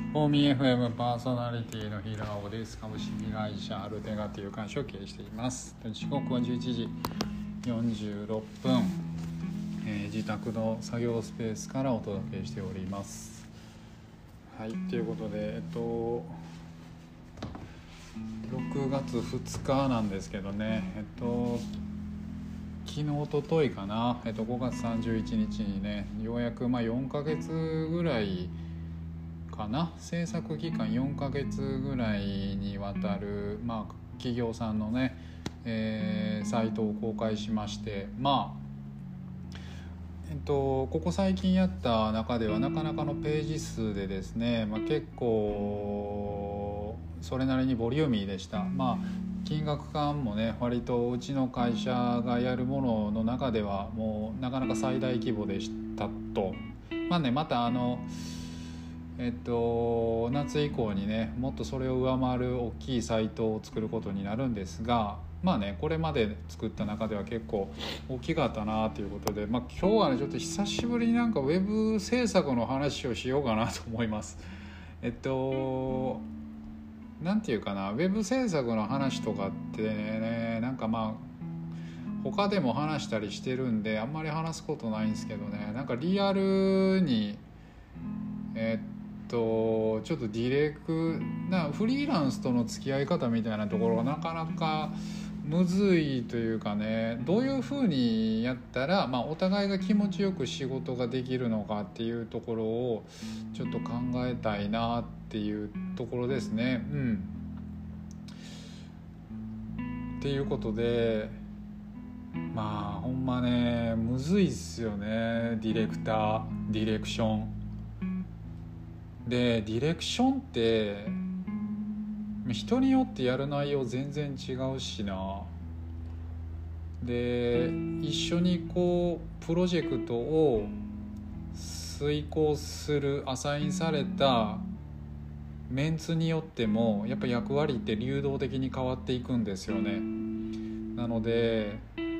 オーミー FM パーソナリティの平尾です。株式会社アルテガという会社を経営しています。時刻は11時46分、自宅の作業スペースからお届けしております。はい、ということで6月2日なんですけどね、昨日おとといかな、5月31日にね、ようやく4ヶ月ぐらいかな、制作期間4ヶ月ぐらいにわたる、企業さんのね、サイトを公開しまして、ここ最近やった中ではなかなかのページ数でですね、結構それなりにボリューミーでした。金額感もね、割とうちの会社がやるものの中ではもうなかなか最大規模でしたと。また夏以降にね、もっとそれを上回る大きいサイトを作ることになるんですが、これまで作った中では結構大きかったなということで、今日はね、ちょっと久しぶりにウェブ制作の話をしようかなと思います。なんていうかな、ウェブ制作の話とかってね、他でも話したりしてるんであんまり話すことないんですけどね、リアルにちょっとディレクフリーランスとの付き合い方みたいなところがなかなかむずいというかね、どういうふうにやったら、お互いが気持ちよく仕事ができるのかっていうところをちょっと考えたいなっていうところですね。っていうことで、ほんまね、むずいっすよね。ディレクションで、ディレクションって人によってやる内容全然違うしな。で、一緒にプロジェクトを遂行するアサインされたメンツによってもやっぱ役割って流動的に変わっていくんですよね。なので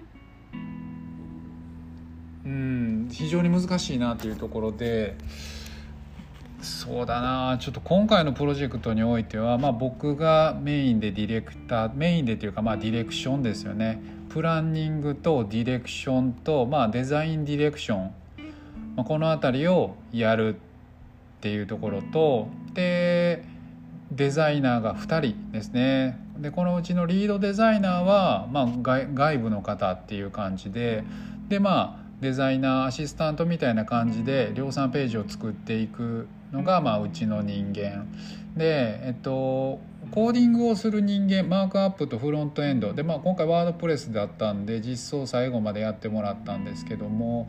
非常に難しいなというところで、そうだな、ちょっと今回のプロジェクトにおいては、僕がメインでディレクター、メインでというかディレクションですよね。プランニングとディレクションと、デザインディレクション、このあたりをやるっていうところと、でデザイナーが2人ですね。でこのうちのリードデザイナーは、外部の方っていう感じで、デザイナーアシスタントみたいな感じで量産ページを作っていくのが、うちの人間で、コーディングをする人間、マークアップとフロントエンドで、今回ワードプレスだったんで実装最後までやってもらったんですけども、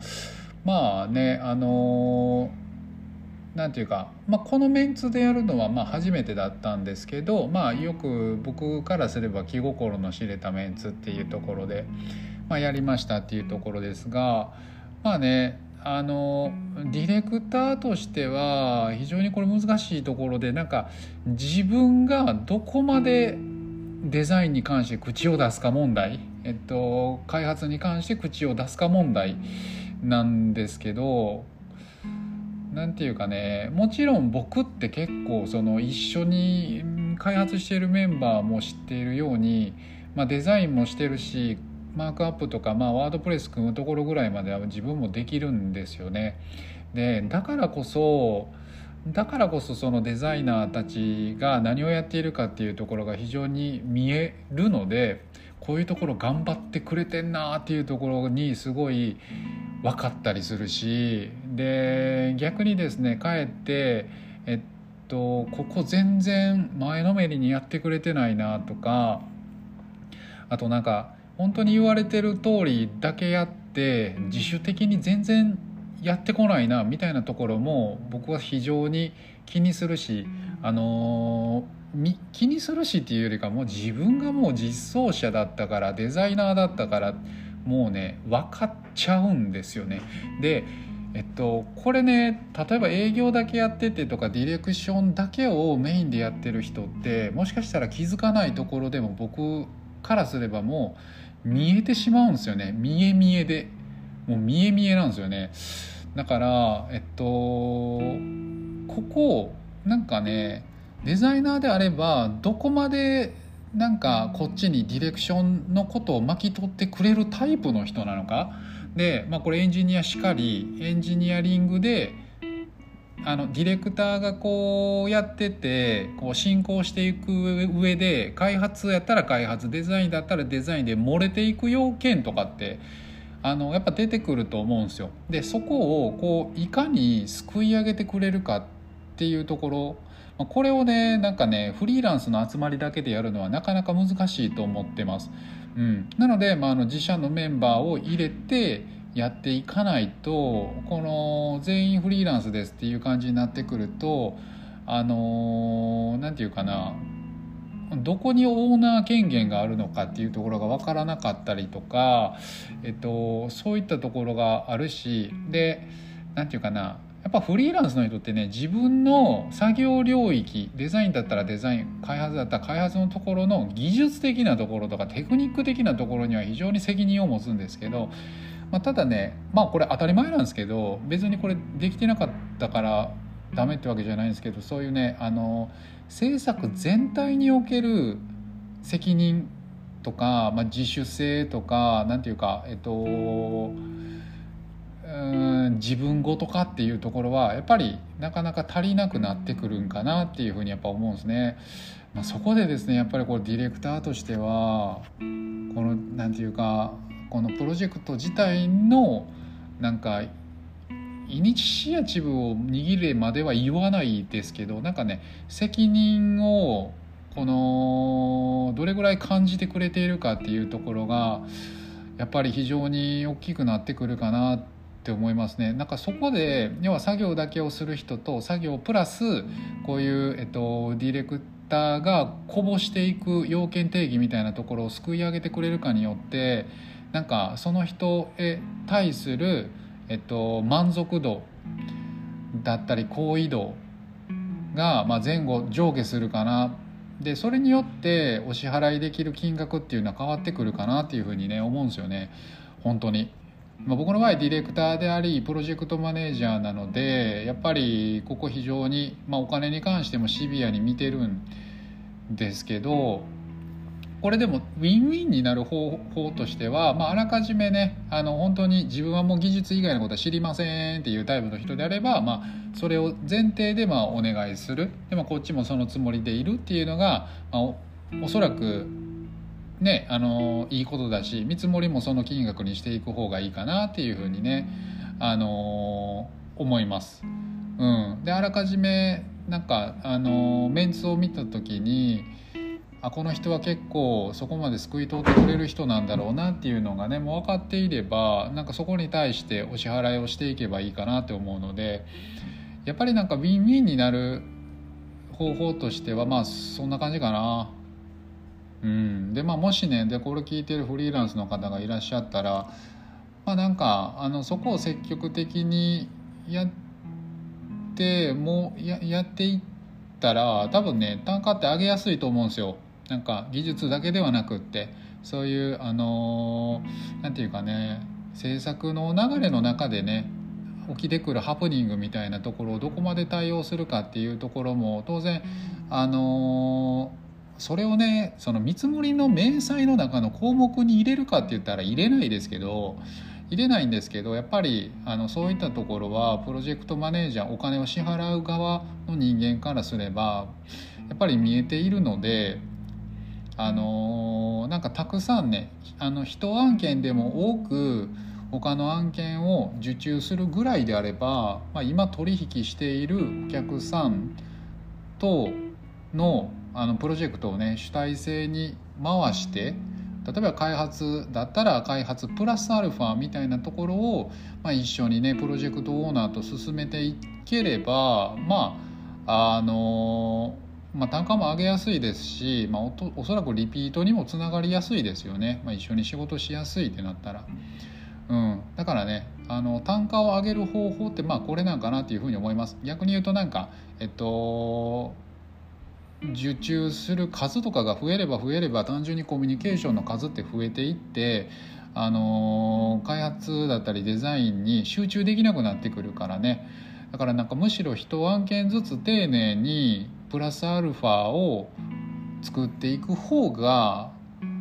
なんていうか、このメンツでやるのは初めてだったんですけど、よく僕からすれば気心の知れたメンツっていうところで、やりましたっていうところですが、ディレクターとしては非常にこれ難しいところで、自分がどこまでデザインに関して口を出すか問題、開発に関して口を出すか問題なんですけど、なんていうかね、もちろん僕って結構一緒に開発しているメンバーも知っているように、デザインもしてるし、マークアップとか、ワードプレス組むところぐらいまでは自分もできるんですよね。でだからこそそのデザイナーたちが何をやっているかっていうところが非常に見えるので、こういうところ頑張ってくれてんなっていうところにすごい分かったりするし、で逆にですね、かえってここ全然前のめりにやってくれてないなとか、あと本当に言われてる通りだけやって自主的に全然やってこないなみたいなところも僕は非常に気にするし、気にするしっていうよりかもう自分がもう実装者だったからデザイナーだったからもうね分かっちゃうんですよね。でこれね、例えば営業だけやっててとかディレクションだけをメインでやってる人ってもしかしたら気づかないところでも僕からすればもう見えてしまうんですよね。見え見えでもう見え見えなんですよね。だからここなんかねデザイナーであればどこまでなんかこっちにディレクションのことを巻き取ってくれるタイプの人なのかで、これエンジニアしかりエンジニアリングでディレクターがこうやっててこう進行していく上で開発やったら開発デザインだったらデザインで漏れていく要件とかってやっぱ出てくると思うんですよ。でそこをこういかにすくい上げてくれるかっていうところ、これをねなんかねフリーランスの集まりだけでやるのはなかなか難しいと思ってます。なので、自社のメンバーを入れてやっていかないとこの全員フリーランスですっていう感じになってくるとなんていうかなどこにオーナー権限があるのかっていうところが分からなかったりとか、そういったところがあるしでなんていうかなやっぱフリーランスの人ってね自分の作業領域デザインだったらデザイン開発だったら開発のところの技術的なところとかテクニック的なところには非常に責任を持つんですけど、ただねこれ当たり前なんですけど別にこれできてなかったからダメってわけじゃないんですけどそういうね制作全体における責任とか、自主性とかなんていうか自分ごとかっていうところはやっぱりなかなか足りなくなってくるんかなっていうふうにやっぱ思うんですね。そこでですねやっぱりこうディレクターとしてはこのなんていうかこのプロジェクト自体のなんかイニシアチブを握れまでは言わないですけどなんかね責任をこのどれぐらい感じてくれているかっていうところがやっぱり非常に大きくなってくるかなって思いますね。なんかそこで要は作業だけをする人と作業プラスこういう、ディレクターがこぼしていく要件定義みたいなところをすくい上げてくれるかによってなんかその人へ対する、満足度だったり好意度が、前後上下するかなでそれによってお支払いできる金額っていうのは変わってくるかなっていうふうにね思うんですよね本当に。僕の場合ディレクターでありプロジェクトマネージャーなのでやっぱりここ非常に、お金に関してもシビアに見てるんですけどこれでもウィンウィンになる方法としては、あらかじめね本当に自分はもう技術以外のことは知りませんっていうタイプの人であれば、それを前提でお願いするでもこっちもそのつもりでいるっていうのが、おそらくねいいことだし見積もりもその金額にしていく方がいいかなっていうふうにね思います。であらかじめなんかメンツを見た時にこの人は結構そこまで救い取ってくれる人なんだろうなっていうのがねもう分かっていればなんかそこに対してお支払いをしていけばいいかなって思うのでやっぱりなんかウィンウィンになる方法としてはそんな感じかな。でもしねこれ聞いてるフリーランスの方がいらっしゃったらなんかそこを積極的にやってやっていったら多分ね単価って上げやすいと思うんですよ。なんか技術だけではなくってそういうなんていうかね制作の流れの中でね起きてくるハプニングみたいなところをどこまで対応するかっていうところも当然それをねその見積もりの明細の中の項目に入れるかって言ったら入れないですけどやっぱりそういったところはプロジェクトマネージャーお金を支払う側の人間からすればやっぱり見えているのでなんかたくさんね一案件でも多く他の案件を受注するぐらいであれば、今取引しているお客さんとのプロジェクトをね主体性に回して例えば開発だったら開発プラスアルファみたいなところを、一緒にねプロジェクトオーナーと進めていければ単価も上げやすいですし、おそらくリピートにもつながりやすいですよね、一緒に仕事しやすいってなったら、だからね単価を上げる方法ってこれなんかなっていうふうに思います。逆に言うとなんか受注する数とかが増えれば増えれば単純にコミュニケーションの数って増えていって開発だったりデザインに集中できなくなってくるからねだからなんかむしろ一案件ずつ丁寧にプラスアルファを作っていく方が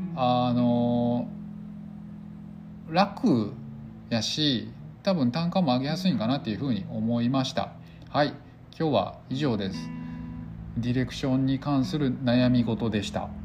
楽やし、多分単価も上げやすいんかなっていうふうに思いました。はい、今日は以上です。ディレクションに関する悩み事でした。